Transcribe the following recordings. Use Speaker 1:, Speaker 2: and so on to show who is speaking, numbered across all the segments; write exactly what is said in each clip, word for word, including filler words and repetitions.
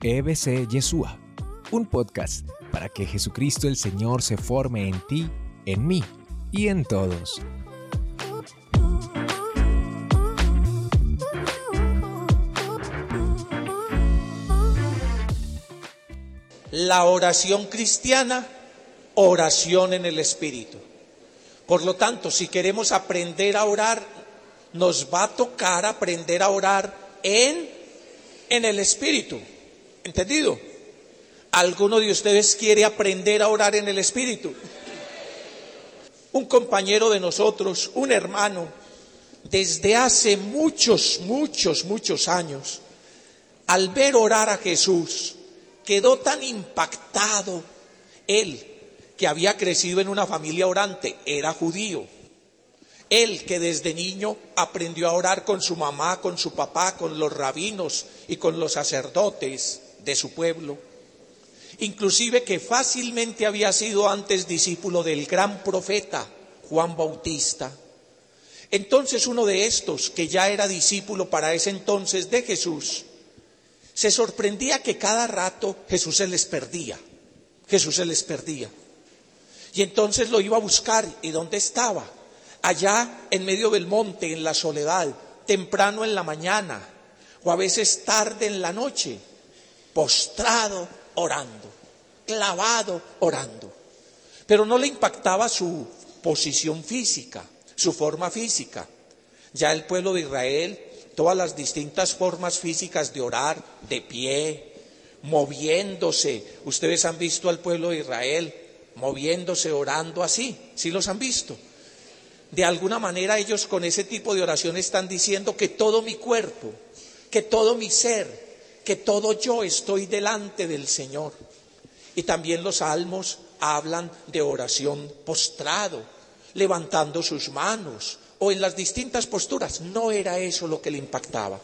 Speaker 1: E B C Yeshua, un podcast para que Jesucristo el Señor se forme en ti, en mí y en todos.
Speaker 2: La oración cristiana, oración en el Espíritu. Por lo tanto, si queremos aprender a orar, nos va a tocar aprender a orar en, en el Espíritu. ¿Entendido? ¿Alguno de ustedes quiere aprender a orar en el Espíritu? Un compañero de nosotros, un hermano, desde hace muchos, muchos, muchos años, al ver orar a Jesús, quedó tan impactado. Él, que había crecido en una familia orante, era judío. Él, que desde niño aprendió a orar con su mamá, con su papá, con los rabinos y con los sacerdotes de su pueblo. Inclusive que fácilmente había sido antes discípulo del gran profeta Juan Bautista. Entonces uno de estos, que ya era discípulo para ese entonces de Jesús, se sorprendía que cada rato Jesús se les perdía, Jesús se les perdía. Y entonces lo iba a buscar, ¿y dónde estaba? Allá en medio del monte, en la soledad, temprano en la mañana, o a veces tarde en la noche, postrado orando, clavado orando. Pero no le impactaba su posición física, su forma física. Ya el pueblo de Israel, todas las distintas formas físicas de orar, de pie, moviéndose. Ustedes han visto al pueblo de Israel moviéndose, orando así, ¿sí los han visto? De alguna manera ellos con ese tipo de oración están diciendo que todo mi cuerpo, que todo mi ser, que todo yo estoy delante del Señor. Y también los salmos hablan de oración postrado, levantando sus manos, o en las distintas posturas. No era eso lo que le impactaba.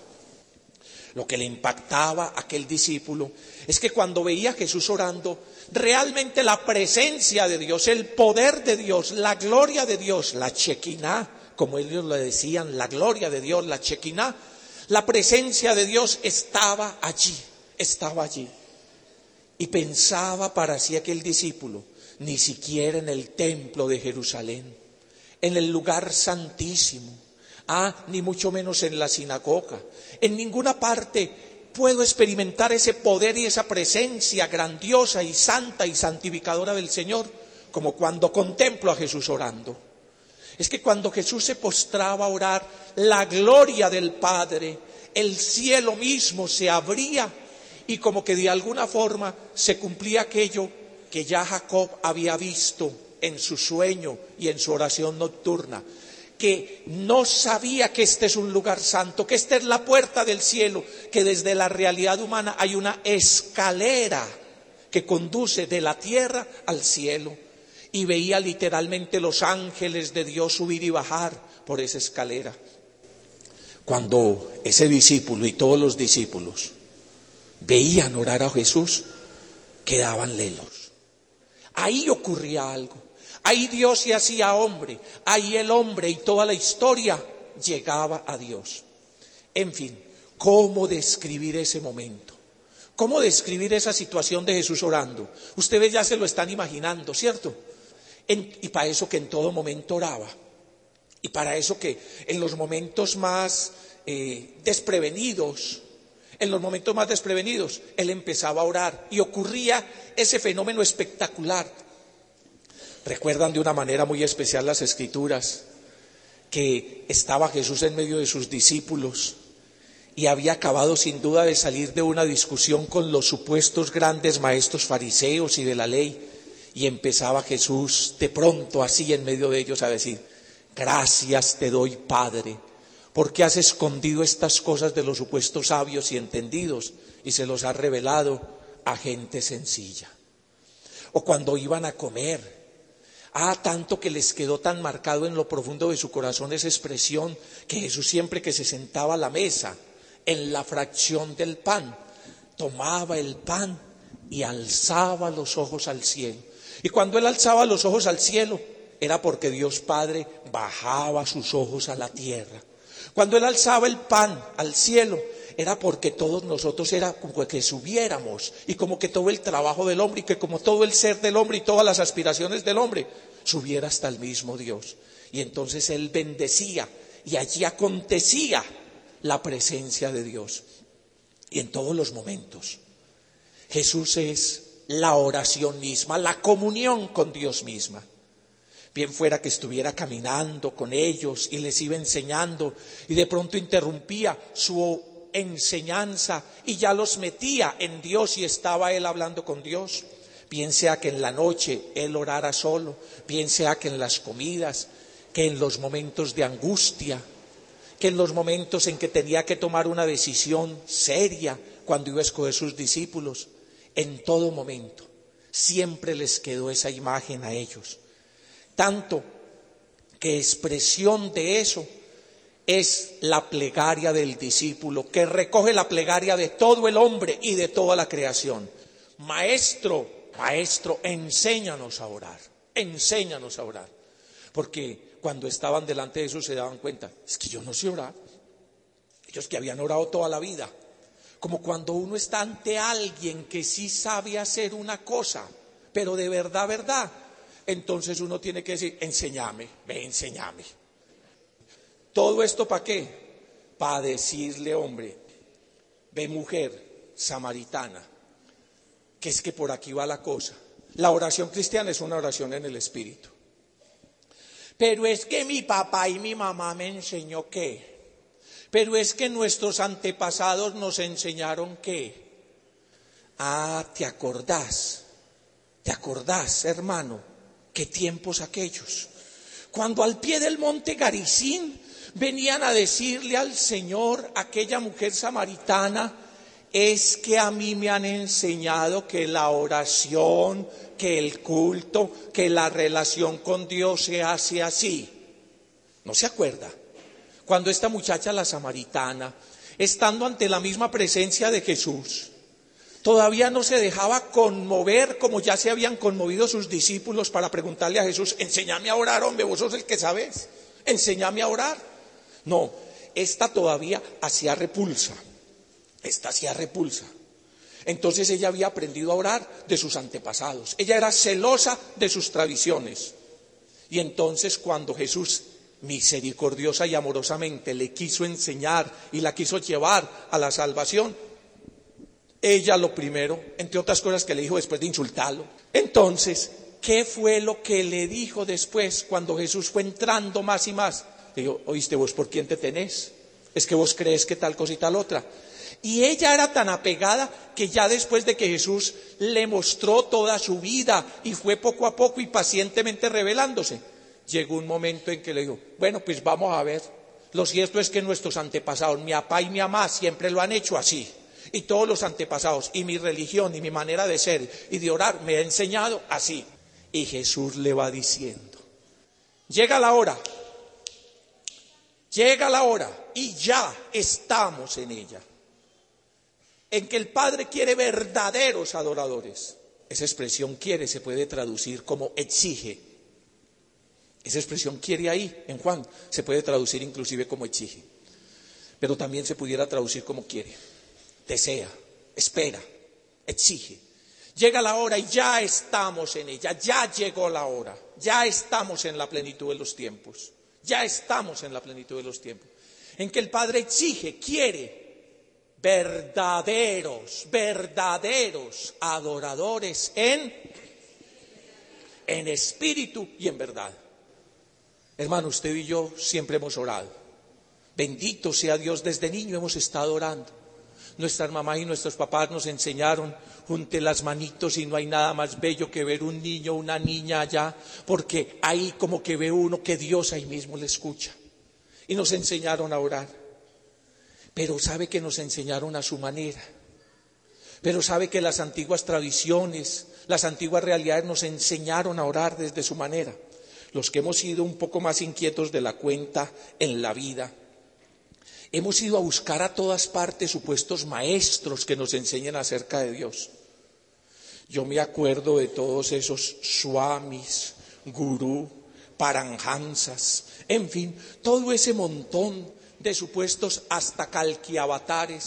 Speaker 2: Lo que le impactaba a aquel discípulo es que cuando veía a Jesús orando, realmente la presencia de Dios, el poder de Dios, la gloria de Dios, la Shekinah, como ellos le decían, la gloria de Dios, la Shekinah, la presencia de Dios estaba allí, estaba allí. Y pensaba para sí aquel discípulo, ni siquiera en el templo de Jerusalén, en el lugar santísimo, ah, ni mucho menos en la sinagoga, en ninguna parte puedo experimentar ese poder y esa presencia grandiosa y santa y santificadora del Señor, como cuando contemplo a Jesús orando. Es que cuando Jesús se postraba a orar, la gloria del Padre, el cielo mismo se abría y como que de alguna forma se cumplía aquello que ya Jacob había visto en su sueño y en su oración nocturna, que no sabía que este es un lugar santo, que esta es la puerta del cielo, que desde la realidad humana hay una escalera que conduce de la tierra al cielo. Y veía literalmente los ángeles de Dios subir y bajar por esa escalera. Cuando ese discípulo y todos los discípulos veían orar a Jesús, quedaban lelos. Ahí ocurría algo. Ahí Dios se hacía hombre. Ahí el hombre y toda la historia llegaba a Dios. En fin, ¿cómo describir ese momento? ¿Cómo describir esa situación de Jesús orando? Ustedes ya se lo están imaginando, ¿cierto? En, y para eso que en todo momento oraba. Y para eso que en los momentos más eh, desprevenidos, en los momentos más desprevenidos, Él empezaba a orar. Y ocurría ese fenómeno espectacular. Recuerdan de una manera muy especial las Escrituras, que estaba Jesús en medio de sus discípulos y había acabado sin duda de salir de una discusión con los supuestos grandes maestros fariseos y de la ley. Y empezaba Jesús de pronto así en medio de ellos a decir: gracias te doy, Padre, porque has escondido estas cosas de los supuestos sabios y entendidos y se los has revelado a gente sencilla. O cuando iban a comer, ah, tanto que les quedó tan marcado en lo profundo de su corazón esa expresión, que Jesús siempre que se sentaba a la mesa, en la fracción del pan, tomaba el pan y alzaba los ojos al cielo. Y cuando Él alzaba los ojos al cielo, era porque Dios Padre bajaba sus ojos a la tierra. Cuando Él alzaba el pan al cielo, era porque todos nosotros era como que subiéramos y como que todo el trabajo del hombre y que como todo el ser del hombre y todas las aspiraciones del hombre subiera hasta el mismo Dios. Y entonces Él bendecía y allí acontecía la presencia de Dios. Y en todos los momentos Jesús es la oración misma, la comunión con Dios misma. Bien fuera que estuviera caminando con ellos y les iba enseñando y de pronto interrumpía su enseñanza y ya los metía en Dios y estaba Él hablando con Dios. Bien sea que en la noche Él orara solo, bien sea que en las comidas, que en los momentos de angustia, que en los momentos en que tenía que tomar una decisión seria cuando iba a escoger sus discípulos, en todo momento siempre les quedó esa imagen a ellos. Tanto que expresión de eso es la plegaria del discípulo, que recoge la plegaria de todo el hombre y de toda la creación. Maestro, maestro, enséñanos a orar, enséñanos a orar. Porque cuando estaban delante de Jesús se daban cuenta, es que yo no sé orar. Ellos que habían orado toda la vida. Como cuando uno está ante alguien que sí sabe hacer una cosa, pero de verdad, verdad. Entonces uno tiene que decir, enséñame, ve, enséñame. ¿Todo esto para qué? Para decirle, hombre, ve mujer samaritana, que es que por aquí va la cosa. La oración cristiana es una oración en el Espíritu. Pero es que mi papá y mi mamá me enseñó qué. Pero es que nuestros antepasados nos enseñaron qué. Ah, ¿te acordás? ¿Te acordás, hermano? ¿Qué tiempos aquellos? Cuando al pie del monte Garizim venían a decirle al Señor, aquella mujer samaritana, es que a mí me han enseñado que la oración, que el culto, que la relación con Dios se hace así. ¿No se acuerda? Cuando esta muchacha, la samaritana, estando ante la misma presencia de Jesús, todavía no se dejaba conmover como ya se habían conmovido sus discípulos para preguntarle a Jesús, enséñame a orar, hombre, vos sos el que sabes, enséñame a orar. No, esta todavía hacía repulsa, esta hacía repulsa. Entonces ella había aprendido a orar de sus antepasados, ella era celosa de sus tradiciones. Y entonces cuando Jesús misericordiosa y amorosamente le quiso enseñar y la quiso llevar a la salvación, ella lo primero, entre otras cosas que le dijo después de insultarlo. Entonces, ¿qué fue lo que le dijo después cuando Jesús fue entrando más y más? Le dijo, oíste, vos por quién te tenés, es que vos crees que tal cosa y tal otra. Y ella era tan apegada que ya después de que Jesús le mostró toda su vida y fue poco a poco y pacientemente revelándose, llegó un momento en que le dijo, bueno, pues vamos a ver, lo cierto es que nuestros antepasados, mi papá y mi mamá siempre lo han hecho así. Y todos los antepasados, y mi religión, y mi manera de ser y de orar, me ha enseñado así. Y Jesús le va diciendo, llega la hora, llega la hora, y ya estamos en ella, en que el Padre quiere verdaderos adoradores. Esa expresión quiere se puede traducir como exige. Esa expresión quiere ahí, en Juan, se puede traducir inclusive como exige. Pero también se pudiera traducir como quiere. Desea, espera, exige. Llega la hora y ya estamos en ella, ya llegó la hora, ya estamos en la plenitud de los tiempos, ya estamos en la plenitud de los tiempos, en que el Padre exige, quiere verdaderos, verdaderos adoradores en, en espíritu y en verdad. Hermano, usted y yo siempre hemos orado. Bendito sea Dios, desde niño hemos estado orando. Nuestras mamás y nuestros papás nos enseñaron, junte las manitos y no hay nada más bello que ver un niño o una niña allá, porque ahí como que ve uno que Dios ahí mismo le escucha. Y nos enseñaron a orar. Pero sabe que nos enseñaron a su manera. Pero sabe que las antiguas tradiciones, las antiguas realidades nos enseñaron a orar desde su manera. Los que hemos sido un poco más inquietos de la cuenta en la vida, hemos ido a buscar a todas partes supuestos maestros que nos enseñen acerca de Dios. Yo me acuerdo de todos esos swamis, gurú, paranhamsas, en fin, todo ese montón de supuestos hasta calquiavatares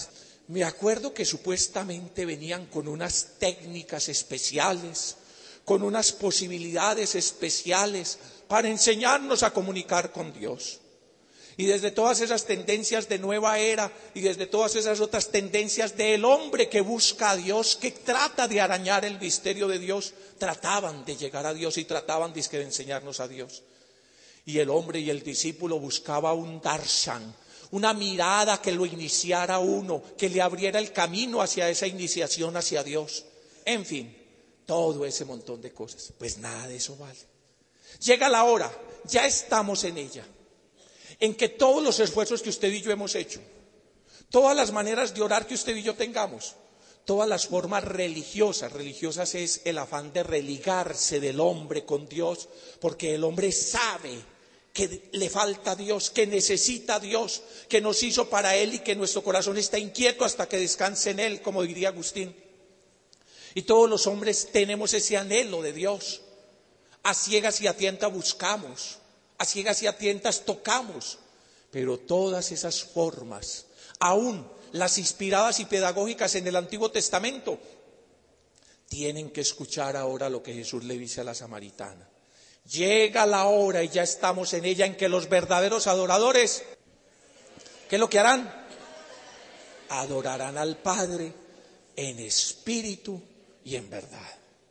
Speaker 2: Me acuerdo que supuestamente venían con unas técnicas especiales, con unas posibilidades especiales para enseñarnos a comunicar con Dios. Y desde todas esas tendencias de nueva era y desde todas esas otras tendencias del hombre que busca a Dios, que trata de arañar el misterio de Dios, trataban de llegar a Dios y trataban de enseñarnos a Dios. Y el hombre y el discípulo buscaba un darshan, una mirada que lo iniciara a uno, que le abriera el camino hacia esa iniciación hacia Dios. En fin, todo ese montón de cosas. Pues nada de eso vale. Llega la hora, ya estamos en ella, en que todos los esfuerzos que usted y yo hemos hecho, todas las maneras de orar que usted y yo tengamos, todas las formas religiosas, religiosas es el afán de religarse del hombre con Dios, porque el hombre sabe que le falta a Dios, que necesita a Dios, que nos hizo para Él y que nuestro corazón está inquieto hasta que descanse en Él, como diría Agustín. Y todos los hombres tenemos ese anhelo de Dios. A ciegas y a tientas buscamos, a ciegas y a tientas tocamos, pero todas esas formas, aún las inspiradas y pedagógicas en el Antiguo Testamento, tienen que escuchar ahora lo que Jesús le dice a la samaritana. Llega la hora y ya estamos en ella en que los verdaderos adoradores, ¿qué es lo que harán? Adorarán al Padre en espíritu y en verdad.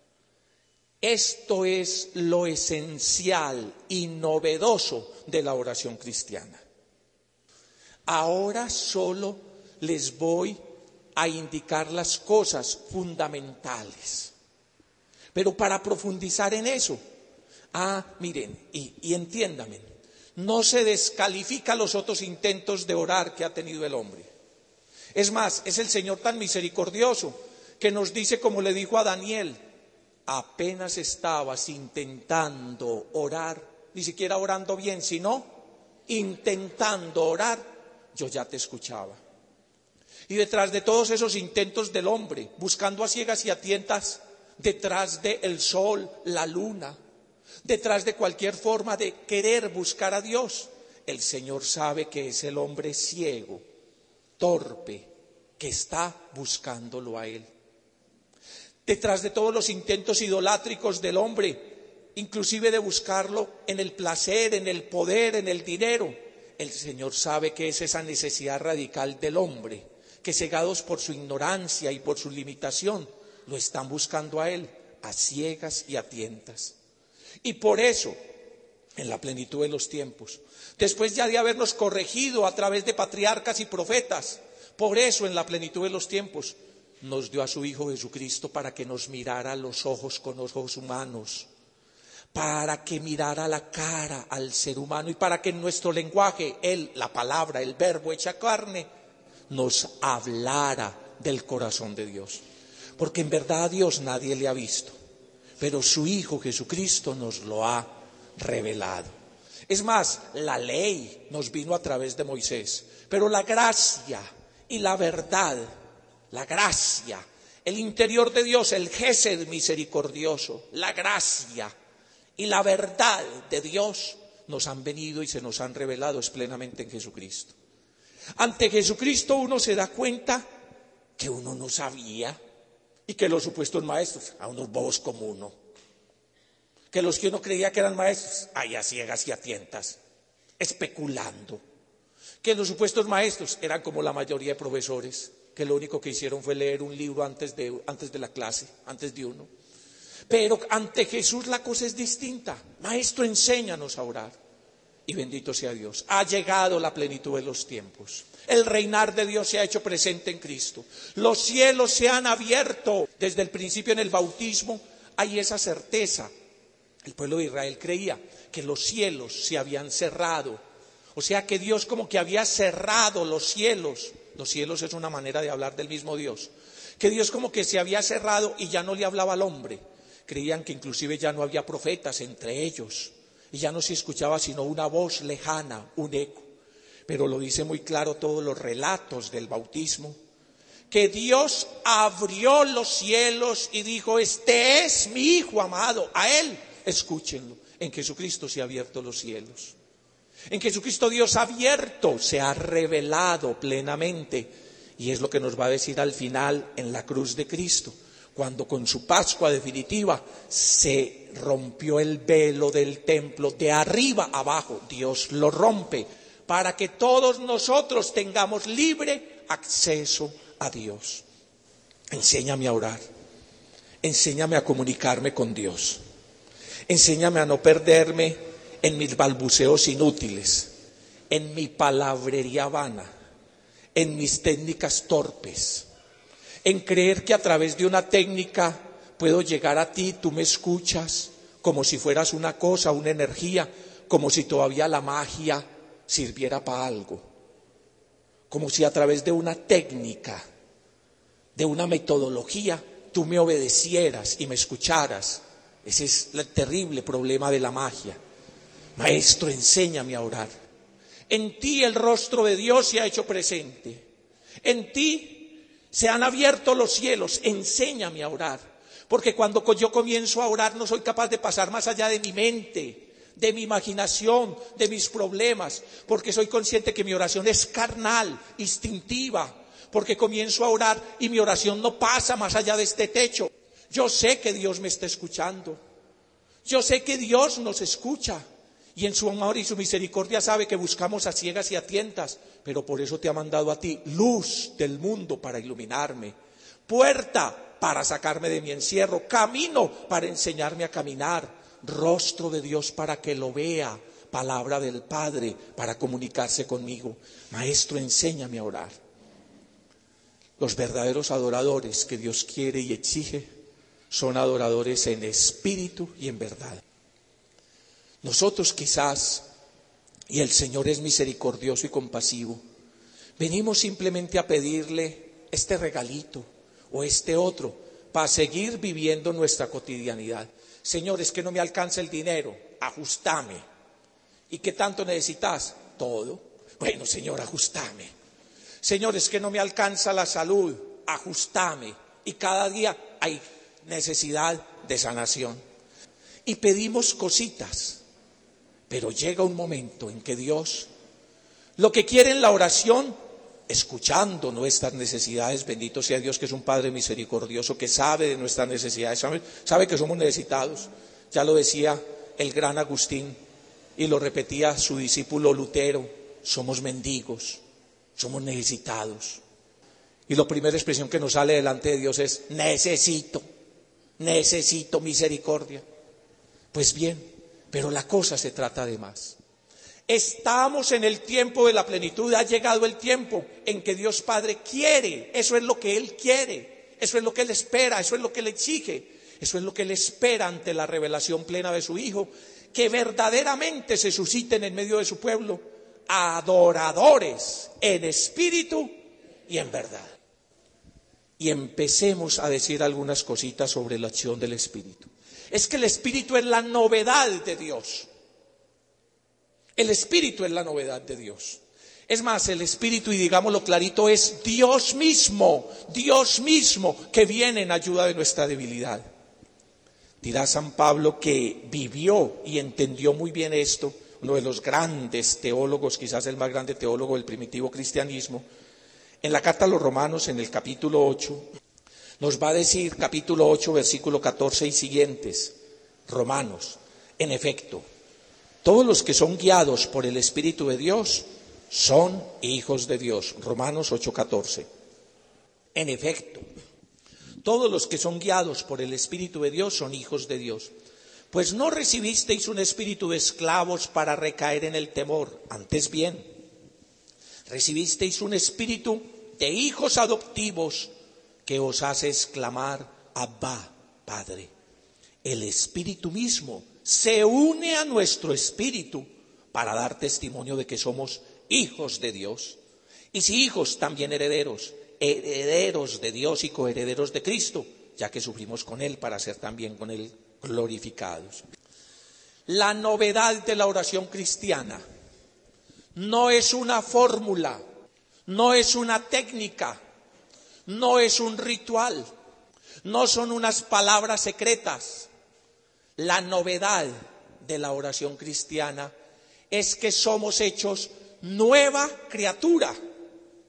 Speaker 2: Esto es lo esencial y novedoso de la oración cristiana. Ahora solo les voy a indicar las cosas fundamentales. Pero para profundizar en eso, ah, miren, y, y entiéndame, no se descalifica los otros intentos de orar que ha tenido el hombre. Es más, es el Señor tan misericordioso que nos dice, como le dijo a Daniel, apenas estabas intentando orar, ni siquiera orando bien, sino intentando orar, yo ya te escuchaba. Y detrás de todos esos intentos del hombre, buscando a ciegas y a tientas, detrás del sol, la luna, detrás de cualquier forma de querer buscar a Dios, el Señor sabe que es el hombre ciego, torpe, que está buscándolo a Él. Detrás de todos los intentos idolátricos del hombre, inclusive de buscarlo en el placer, en el poder, en el dinero, el Señor sabe que es esa necesidad radical del hombre, que cegados por su ignorancia y por su limitación, lo están buscando a Él, a ciegas y a tientas. Y por eso, en la plenitud de los tiempos, después ya de habernos corregido a través de patriarcas y profetas, por eso en la plenitud de los tiempos, nos dio a su Hijo Jesucristo para que nos mirara a los ojos con los ojos humanos, para que mirara la cara al ser humano y para que en nuestro lenguaje, Él, la palabra, el verbo hecha carne, nos hablara del corazón de Dios. Porque en verdad a Dios nadie le ha visto, pero su Hijo Jesucristo nos lo ha revelado. Es más, la ley nos vino a través de Moisés, pero la gracia y la verdad, la gracia, el interior de Dios, el Gesed misericordioso, la gracia y la verdad de Dios nos han venido y se nos han revelado plenamente en Jesucristo. Ante Jesucristo uno se da cuenta que uno no sabía y que los supuestos maestros, a unos bobos como uno, que los que uno creía que eran maestros, ahí a ciegas y a tientas, especulando, que los supuestos maestros eran como la mayoría de profesores, que lo único que hicieron fue leer un libro antes de, antes de la clase, antes de uno. Pero ante Jesús la cosa es distinta. Maestro, enséñanos a orar. Y bendito sea Dios, ha llegado la plenitud de los tiempos. El reinar de Dios se ha hecho presente en Cristo. Los cielos se han abierto. Desde el principio en el bautismo hay esa certeza. El pueblo de Israel creía que los cielos se habían cerrado. O sea que Dios como que había cerrado los cielos. Los cielos es una manera de hablar del mismo Dios. Que Dios como que se había cerrado y ya no le hablaba al hombre. Creían que inclusive ya no había profetas entre ellos. Y ya no se escuchaba sino una voz lejana, un eco. Pero lo dice muy claro todos los relatos del bautismo. Que Dios abrió los cielos y dijo, este es mi Hijo amado, a Él escúchenlo. En Jesucristo se han abierto los cielos. En Jesucristo Dios ha abierto, se ha revelado plenamente Y es lo que nos va a decir al final en la cruz de Cristo, cuando con su Pascua definitiva se rompió el velo del templo de arriba abajo. Dios lo rompe para que todos nosotros tengamos libre acceso a Dios. Enséñame a orar, enséñame a comunicarme con Dios, enséñame a no perderme en mis balbuceos inútiles, en mi palabrería vana, en mis técnicas torpes, en creer que a través de una técnica puedo llegar a ti, tú me escuchas, como si fueras una cosa, una energía, como si todavía la magia sirviera para algo, como si a través de una técnica, de una metodología, tú me obedecieras y me escucharas. Ese es el terrible problema de la magia. Maestro, enséñame a orar. En ti el rostro de Dios se ha hecho presente. En ti se han abierto los cielos. Enséñame a orar. Porque cuando yo comienzo a orar no soy capaz de pasar más allá de mi mente, de mi imaginación, de mis problemas. Porque soy consciente que mi oración es carnal, instintiva. Porque comienzo a orar y mi oración no pasa más allá de este techo. Yo sé que Dios me está escuchando. Yo sé que Dios nos escucha. Y en su amor y su misericordia sabe que buscamos a ciegas y a tientas. Pero por eso te ha mandado a ti luz del mundo para iluminarme. Puerta para sacarme de mi encierro. Camino para enseñarme a caminar. Rostro de Dios para que lo vea. Palabra del Padre para comunicarse conmigo. Maestro, enséñame a orar. Los verdaderos adoradores que Dios quiere y exige son adoradores en espíritu y en verdad. Nosotros quizás, y el Señor es misericordioso y compasivo, venimos simplemente a pedirle este regalito o este otro para seguir viviendo nuestra cotidianidad. Señor, es que no me alcanza el dinero, ajustame. ¿Y qué tanto necesitas? Todo. Bueno, Señor, ajustame. Señor, es que no me alcanza la salud, ajustame. Y cada día hay necesidad de sanación. Y pedimos cositas, pero llega un momento en que Dios, lo que quiere en la oración, escuchando nuestras necesidades, bendito sea Dios que es un Padre misericordioso, que sabe de nuestras necesidades, sabe, sabe que somos necesitados. Ya lo decía el gran Agustín y lo repetía su discípulo Lutero, somos mendigos. Somos necesitados. Y la primera expresión que nos sale delante de Dios es necesito, necesito misericordia. Pues bien, pero la cosa se trata de más. Estamos en el tiempo de la plenitud, ha llegado el tiempo en que Dios Padre quiere, eso es lo que Él quiere, eso es lo que Él espera, eso es lo que Él exige, eso es lo que Él espera ante la revelación plena de su Hijo, que verdaderamente se susciten en medio de su pueblo adoradores en espíritu y en verdad. Y empecemos a decir algunas cositas sobre la acción del Espíritu. Es que el Espíritu es la novedad de Dios. El Espíritu es la novedad de Dios. Es más, el Espíritu, y digámoslo clarito, es Dios mismo, Dios mismo que viene en ayuda de nuestra debilidad. Dirá San Pablo, que vivió y entendió muy bien esto, uno de los grandes teólogos, quizás el más grande teólogo del primitivo cristianismo, en la carta a los Romanos, en el capítulo ocho, nos va a decir, capítulo ocho, versículo catorce y siguientes, Romanos, en efecto, todos los que son guiados por el Espíritu de Dios son hijos de Dios. Romanos ocho, catorce. En efecto, todos los que son guiados por el Espíritu de Dios son hijos de Dios. Pues no recibisteis un espíritu de esclavos para recaer en el temor, antes bien, recibisteis un espíritu de hijos adoptivos que os hace exclamar, Abba, Padre. El Espíritu mismo se une a nuestro espíritu para dar testimonio de que somos hijos de Dios. Y si hijos, también herederos, herederos de Dios y coherederos de Cristo, ya que sufrimos con Él para ser también con Él glorificados. La novedad de la oración cristiana no es una fórmula, no es una técnica, no es un ritual, no son unas palabras secretas. La novedad de la oración cristiana es que somos hechos nueva criatura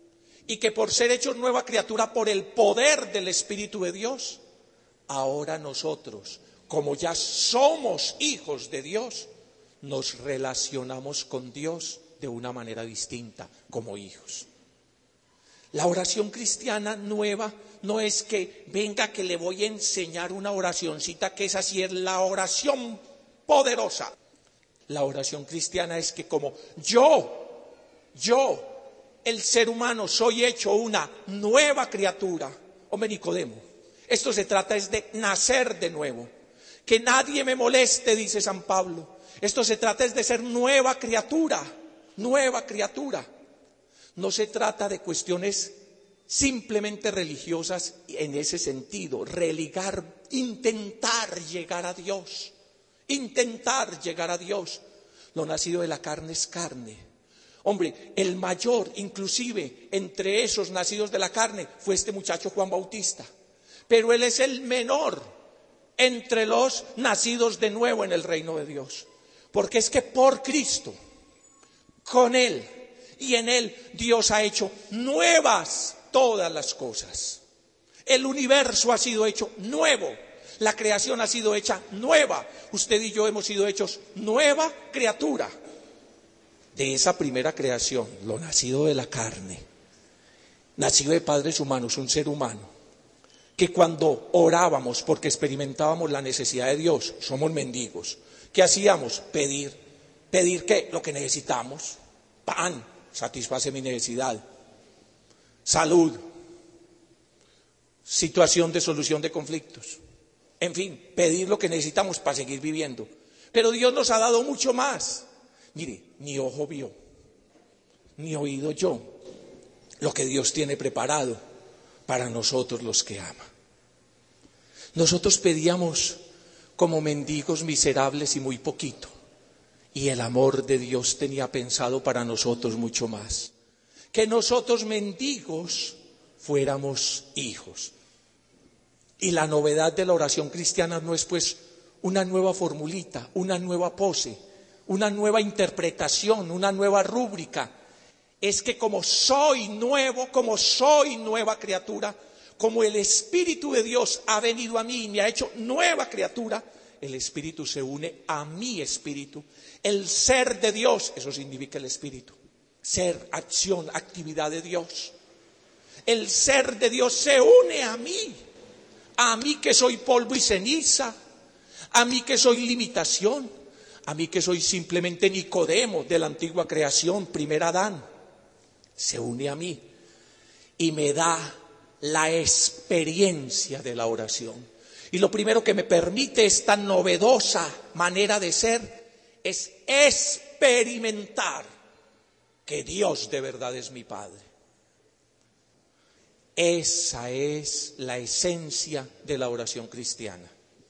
Speaker 2: y que por ser hechos nueva criatura por el poder del Espíritu de Dios, ahora nosotros, como ya somos hijos de Dios, nos relacionamos con Dios de una manera distinta como hijos. La oración cristiana nueva no es que venga que le voy a enseñar una oracioncita que es así, es la oración poderosa. La oración cristiana es que como yo, yo, el ser humano, soy hecho una nueva criatura. Hombre, Nicodemo, esto se trata es de nacer de nuevo. Que nadie me moleste, dice San Pablo. Esto se trata es de ser nueva criatura, nueva criatura. No se trata de cuestiones simplemente religiosas en ese sentido, religar, intentar llegar a Dios, intentar llegar a Dios. Lo nacido de la carne es carne. Hombre, el mayor inclusive entre esos nacidos de la carne fue este muchacho Juan Bautista, pero él es el menor entre los nacidos de nuevo en el reino de Dios, porque es que por Cristo, con Él y en Él, Dios ha hecho nuevas todas las cosas. El universo ha sido hecho nuevo, la creación ha sido hecha nueva. Usted y yo hemos sido hechos nueva criatura. De esa primera creación, lo nacido de la carne, nacido de padres humanos, un ser humano, que cuando orábamos porque experimentábamos la necesidad de Dios, somos mendigos. ¿Qué hacíamos? Pedir. ¿Pedir qué? Lo que necesitamos. Pan, satisface mi necesidad. Salud. Situación de solución de conflictos. En fin, pedir lo que necesitamos para seguir viviendo. Pero Dios nos ha dado mucho más. Mire, ni ojo vio, ni oído yo lo que Dios tiene preparado para nosotros los que ama. Nosotros pedíamos como mendigos miserables y muy poquito, y el amor de Dios tenía pensado para nosotros mucho más. Que nosotros mendigos fuéramos hijos. Y la novedad de la oración cristiana no es pues una nueva formulita, una nueva pose, una nueva interpretación, una nueva rúbrica. Es que como soy nuevo, como soy nueva criatura, como el Espíritu de Dios ha venido a mí y me ha hecho nueva criatura, el Espíritu se une a mi espíritu. El ser de Dios, eso significa el Espíritu. Ser, acción, actividad de Dios. El ser de Dios se une a mí. A mí que soy polvo y ceniza. A mí que soy limitación. A mí que soy simplemente Nicodemo de la antigua creación, primer Adán. Se une a mí y me da la experiencia de la oración. Y lo primero que me permite esta novedosa manera de ser es experimentar que Dios de verdad es mi Padre. Esa es la esencia de la oración cristiana.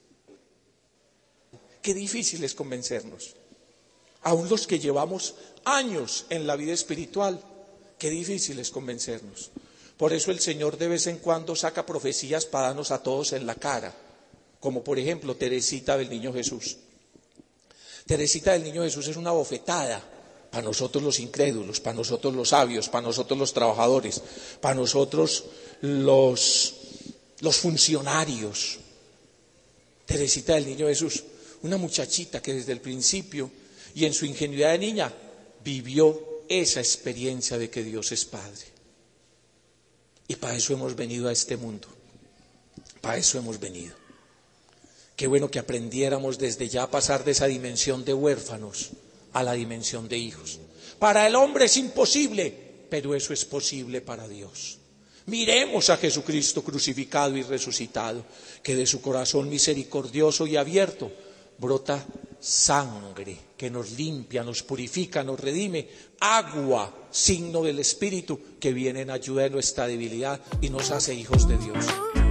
Speaker 2: Qué difícil es convencernos. Aún los que llevamos años en la vida espiritual, qué difícil es convencernos. Por eso el Señor de vez en cuando saca profecías para darnos a todos en la cara, como por ejemplo Teresita del Niño Jesús. Teresita del Niño Jesús es una bofetada para nosotros los incrédulos, para nosotros los sabios, para nosotros los trabajadores, para nosotros los, los funcionarios. Teresita del Niño Jesús, una muchachita que desde el principio y en su ingenuidad de niña vivió esa experiencia de que Dios es Padre. Y para eso hemos venido a este mundo, para eso hemos venido. Qué bueno que aprendiéramos desde ya a pasar de esa dimensión de huérfanos a la dimensión de hijos. Para el hombre es imposible, pero eso es posible para Dios. Miremos a Jesucristo crucificado y resucitado, que de su corazón misericordioso y abierto brota sangre que nos limpia, nos purifica, nos redime, agua, signo del Espíritu que viene en ayuda de nuestra debilidad y nos hace hijos de Dios.